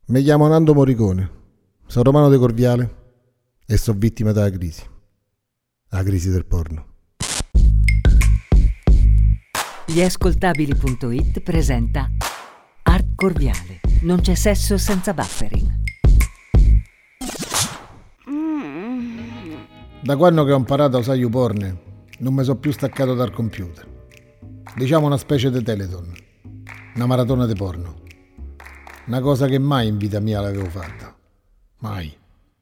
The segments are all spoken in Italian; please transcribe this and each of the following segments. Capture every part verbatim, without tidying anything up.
Mi chiamo Nando Morricone, sono romano de Corviale e sono vittima della crisi. La crisi del porno. Gli ascoltabili punto it presenta Art Corviale. Non c'è sesso senza buffering. Da quando che ho imparato a usare YouPorn non mi sono più staccato dal computer. Diciamo una specie di Teleton, una maratona di porno. Una cosa che mai in vita mia l'avevo fatta. Mai.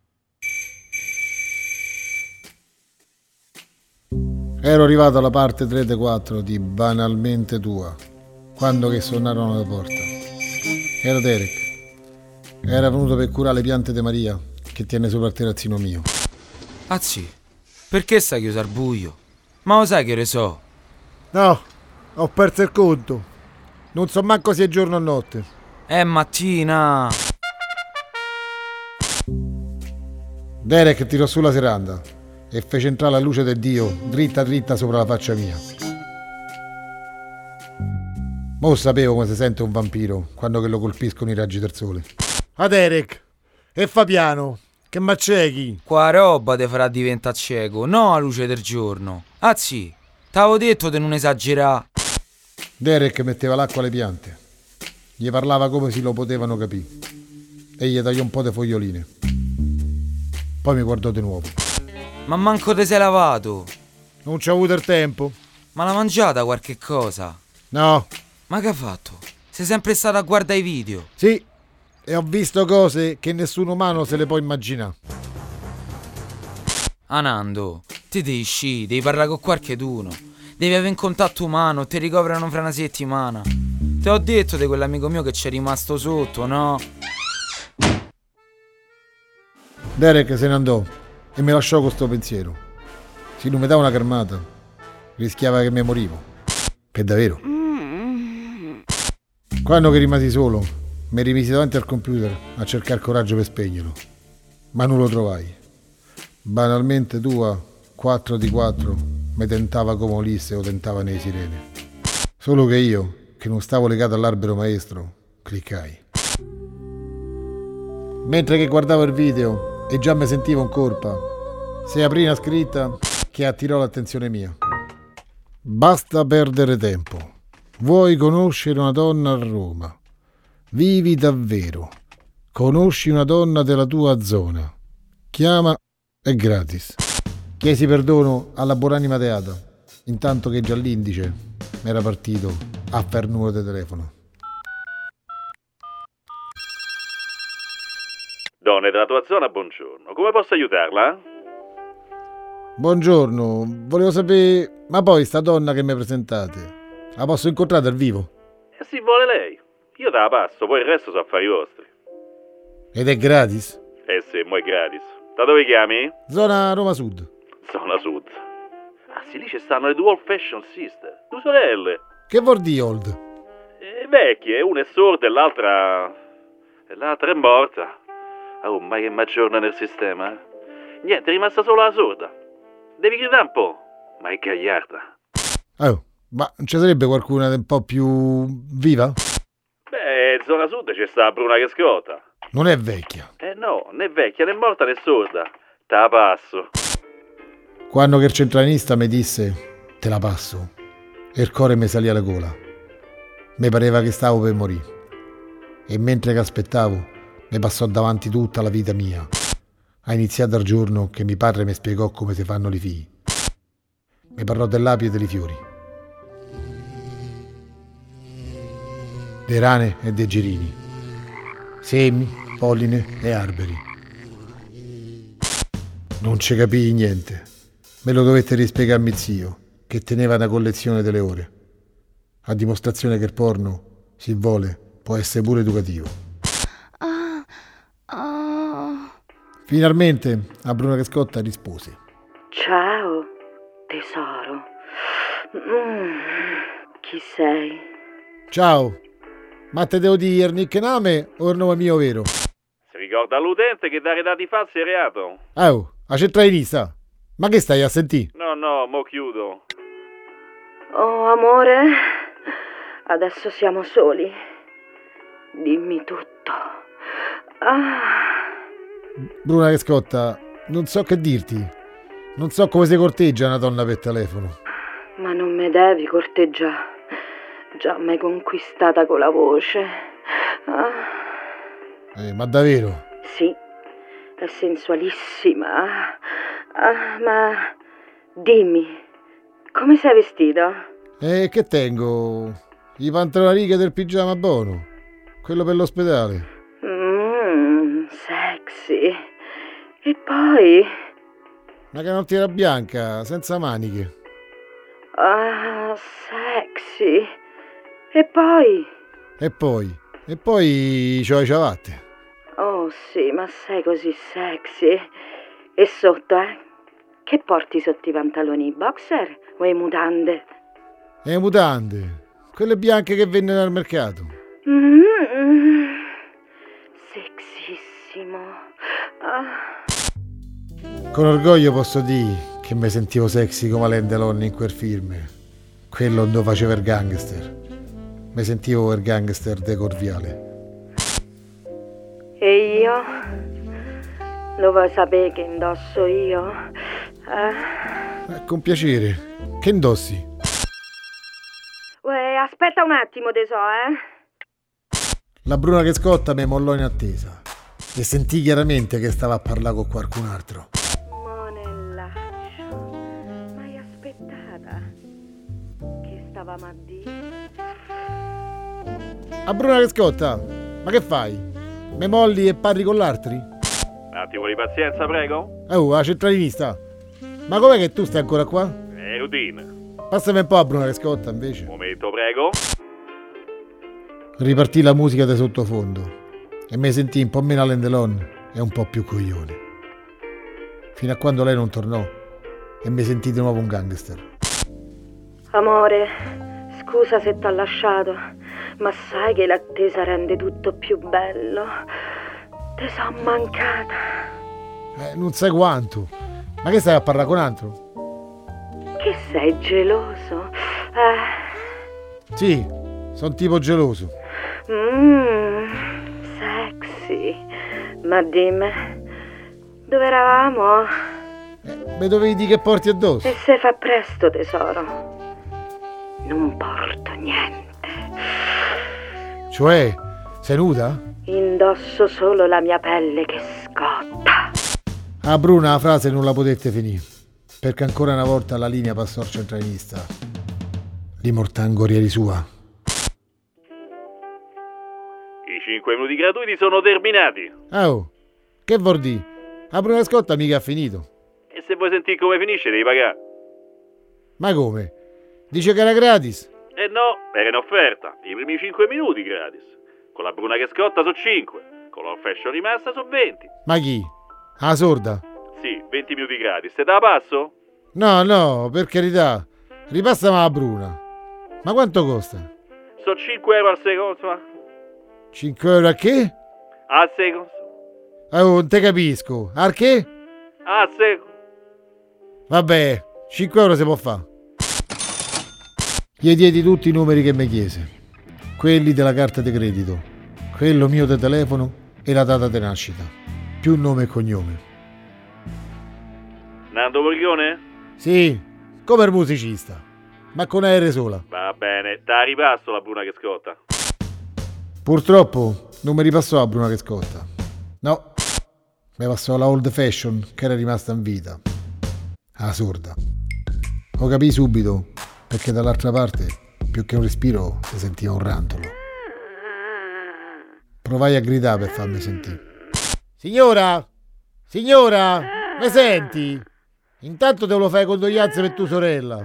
Ero arrivato alla parte tre dei quattro di Banalmente Tua, quando che suonarono alla porta. Era Derek. Era venuto per curare le piante di Maria, che tiene sopra il terrazzino mio. Ah sì, perché stai chiuso al buio? Ma lo sai che ne so? No, ho perso il conto. Non so manco se è giorno o notte. È mattina! Derek tirò su la serranda e fece entrare la luce del Dio dritta dritta sopra la faccia mia. Mo sapevo come si sente un vampiro quando che lo colpiscono i raggi del sole. Ah Derek, e fa piano, che m'accechi. Qua roba te farà diventare cieco, no a luce del giorno. Ah sì, t'avevo detto di non esagerare. Derek metteva l'acqua alle piante. Gli parlava come si lo potevano capire e gli tagliò un po' di foglioline. Poi mi guardò di nuovo. Ma manco te sei lavato. Non c'ho avuto il tempo. Ma l'ha mangiata qualche cosa? No. Ma che ha fatto? Sei sempre stato a guardare i video? Sì, e ho visto cose che nessun umano se le può immaginare. Anando, ti devi uscire, devi parlare con qualcheduno. Devi avere un contatto umano, ti ricoverano fra una settimana. Te ho detto di quell'amico mio che c'è rimasto sotto, no? Derek se ne andò e mi lasciò con sto pensiero. Se non mi dava una calmata, rischiava che mi morivo. Per davvero. Quando che rimasi solo, mi rimisi davanti al computer a cercare coraggio per spegnerlo. Ma non lo trovai. Banalmente Tua, quattro di quattro, mi tentava come Ulisse o tentava nei sirene. Solo che io, che non stavo legato all'albero maestro, cliccai. Mentre che guardavo il video e già mi sentivo in colpa, si aprì una scritta che attirò l'attenzione mia. Basta perdere tempo. Vuoi conoscere una donna a Roma? Vivi davvero. Conosci una donna della tua zona. Chiama, è gratis. Chiesi perdono alla buonanima Teata, intanto che già l'indice era partito a far numero di telefono. Donne della tua zona, buongiorno. Come posso aiutarla? Buongiorno, volevo sapere, ma poi sta donna che mi presentate, la posso incontrare dal vivo? E se vuole lei. Io te la passo, poi il resto sono affari vostri. Ed è gratis? Eh sì, mo' è gratis. Da dove chiami? Zona Roma Sud. Zona Sud. Ah sì, lì ci stanno le due old fashion sister, due sorelle. Che vuol dire old? E vecchie, una è sorda e l'altra... e l'altra è morta. Oh, ma che maggiorna nel sistema, eh? Niente, è rimasta solo la sorda. Devi gridare un po', ma è gagliarda. Oh, ma non ci sarebbe qualcuna un po' più viva? Beh, zona sud c'è sta Bruna che scotta. Non è vecchia. Eh no, né vecchia, né morta, né sorda. Te la passo. Quando che il centralinista mi disse, te la passo, e il cuore mi salì alla gola. Mi pareva che stavo per morire. E mentre che aspettavo, mi passò davanti tutta la vita mia, a iniziare dal giorno che mio padre mi spiegò come si fanno i figli. Mi parlò dell'api e dei fiori, dei rane e dei girini, semi, polline e alberi. Non ci capii niente, me lo dovette rispiegare mio zio, che teneva una collezione delle ore, a dimostrazione che il porno, se vuole, può essere pure educativo. Finalmente a Bruna che scotta rispose. Ciao, tesoro. Mm, chi sei? Ciao, ma te devo dire il nickname o il nome mio vero? Si ricorda all'utente che dare dati falsi è reato. Oh, a centralinista, ma che stai a sentire? No, no, mo chiudo. Oh, amore, adesso siamo soli. Dimmi tutto. Ah, Bruna che scotta, non so che dirti. Non so come si corteggia una donna per telefono. ma non me devi corteggiare. Già m'hai conquistata con la voce. Ah, Eh, ma davvero? sì, è sensualissima. Ah, ma dimmi, come sei vestito? E che tengo? I pantaloni del pigiama buono. Quello per l'ospedale. Mmm, sexy. E poi? Una canottiera bianca, senza maniche. Ah, sexy. E poi? E poi? E poi c'ho le ciabatte. Oh sì, ma sei così sexy. E sotto, eh? Che porti sotto i pantaloni? I boxer o i mutande? E le mutande. Quelle bianche che vennero al mercato. Mm, sexissimo. Ah. Con orgoglio posso dire che mi sentivo sexy come Alain Delon in quel film. Quello dove faceva il gangster. Mi sentivo il gangster de Corviale. E io? Lo vuoi sapere che indosso io? Eh? Eh, con piacere. Che indossi? Uè, aspetta un attimo, tesò, eh? La Bruna che scotta mi mollò in attesa e sentì chiaramente che stava a parlare con qualcun altro. Monellaccio, m'hai aspettata? Che stavamo a dire? A Bruna che scotta, ma che fai? Me molli e parli con l'altri? Un attimo di pazienza, prego. Oh, la centralinista. Ma com'è che tu stai ancora qua? È routine. Passami un po' a Bruna che scotta invece. Momento, prego. Ripartì la musica da sottofondo e mi sentì un po' meno Alain Delon e un po' più coglione. Fino a quando lei non tornò e mi sentì di nuovo un gangster. Amore, scusa se t'ho lasciato, ma sai che l'attesa rende tutto più bello. Te son mancata. Eh, non sai quanto. Ma che stai a parlare con altro? Che sei geloso? Eh. Sì, sono tipo geloso. Mmm, sexy. Ma dimmi, dove eravamo? Eh, mi dovevi dire che porti addosso. E se fa presto, tesoro? Non porto niente. Cioè, sei nuda? Indosso solo la mia pelle che scotta. A Bruna la frase non la potette finire, perché ancora una volta la linea passò al centralinista. Li mortangorieri sua. I cinque minuti gratuiti sono terminati. Oh, che vuol dire? A Bruna Scotta mica ha finito. E se vuoi sentire come finisce devi pagare. Ma come? Dice che era gratis? Eh no, era in offerta. I primi cinque minuti gratis. Con la Bruna che scotta sono cinque. Con l'off fashion rimasta sono venti. Ma chi? Ah, sorda? Sì, venti minuti gratis. Se te la passo? No, no, per carità. Ripassami la Bruna. Ma quanto costa? Sono cinque euro al secondo. cinque euro a che? Al secondo. Oh, non te capisco. A che? Al secondo. Vabbè, cinque euro si può fare. Gli diedi tutti i numeri che mi chiese. Quelli della carta di credito, quello mio di telefono e la data di nascita. Più nome e cognome. Nando Borghione? Sì, come il musicista, ma con R sola. Va bene, te la ripasso la Bruna che scotta. Purtroppo non mi ripassò la Bruna che scotta. No, mi passò la old fashion che era rimasta in vita. Ah, sorda. Lo capii subito, perché dall'altra parte, più che un respiro, si sentiva un rantolo. Provai a gridare per farmi sentire. Signora! Signora! Mi senti? Intanto te lo fai condoglianze per tua sorella.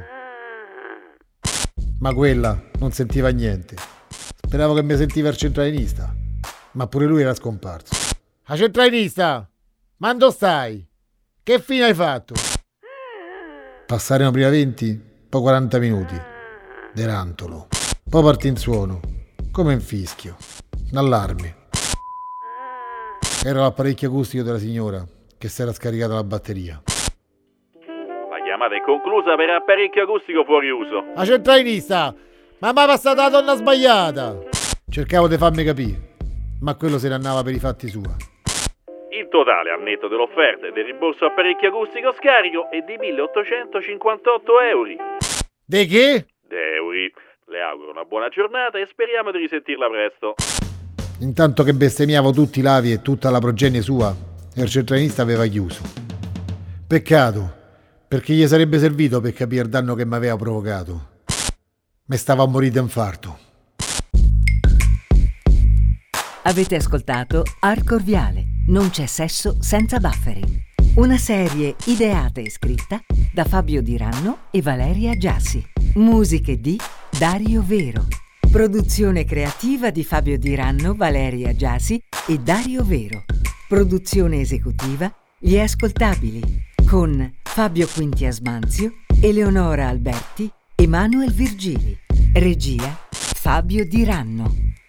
Ma quella non sentiva niente. Speravo che mi sentiva il centralinista. Ma pure lui era scomparso. A centralinista! Ma dove stai? Che fine hai fatto? Passarono prima venti, poi quaranta minuti. De rantolo. Poi partì in suono, come un fischio. D'allarme. Era l'apparecchio acustico della signora, che si era scaricata la batteria. La chiamata è conclusa per apparecchio acustico fuori uso. A centralinista! Ma mi ha passata la donna sbagliata! Cercavo di farmi capire. ma quello se ne andava per i fatti sua. Il totale, al netto dell'offerta e del rimborso apparecchio acustico scarico, è di milleottocentocinquantotto euro. De che? Euri. Le auguro una buona giornata e speriamo di risentirla presto. Intanto che bestemmiavo tutti i lavi e tutta la progenie sua, il centralinista aveva chiuso. Peccato, perché gli sarebbe servito per capire il danno che mi aveva provocato. Me stava a morire d'infarto. Avete ascoltato Hardcore Viale, non c'è sesso senza buffering. Una serie ideata e scritta da Fabio Di Ranno e Valeria Giassi. Musiche di Dario Vero. Produzione creativa di Fabio Di Ranno, Valeria Giassi e Dario Vero. Produzione esecutiva Gli Ascoltabili con Fabio Quintiasmanzio, Eleonora Alberti e Manuel Virgili. Regia Fabio Di Ranno.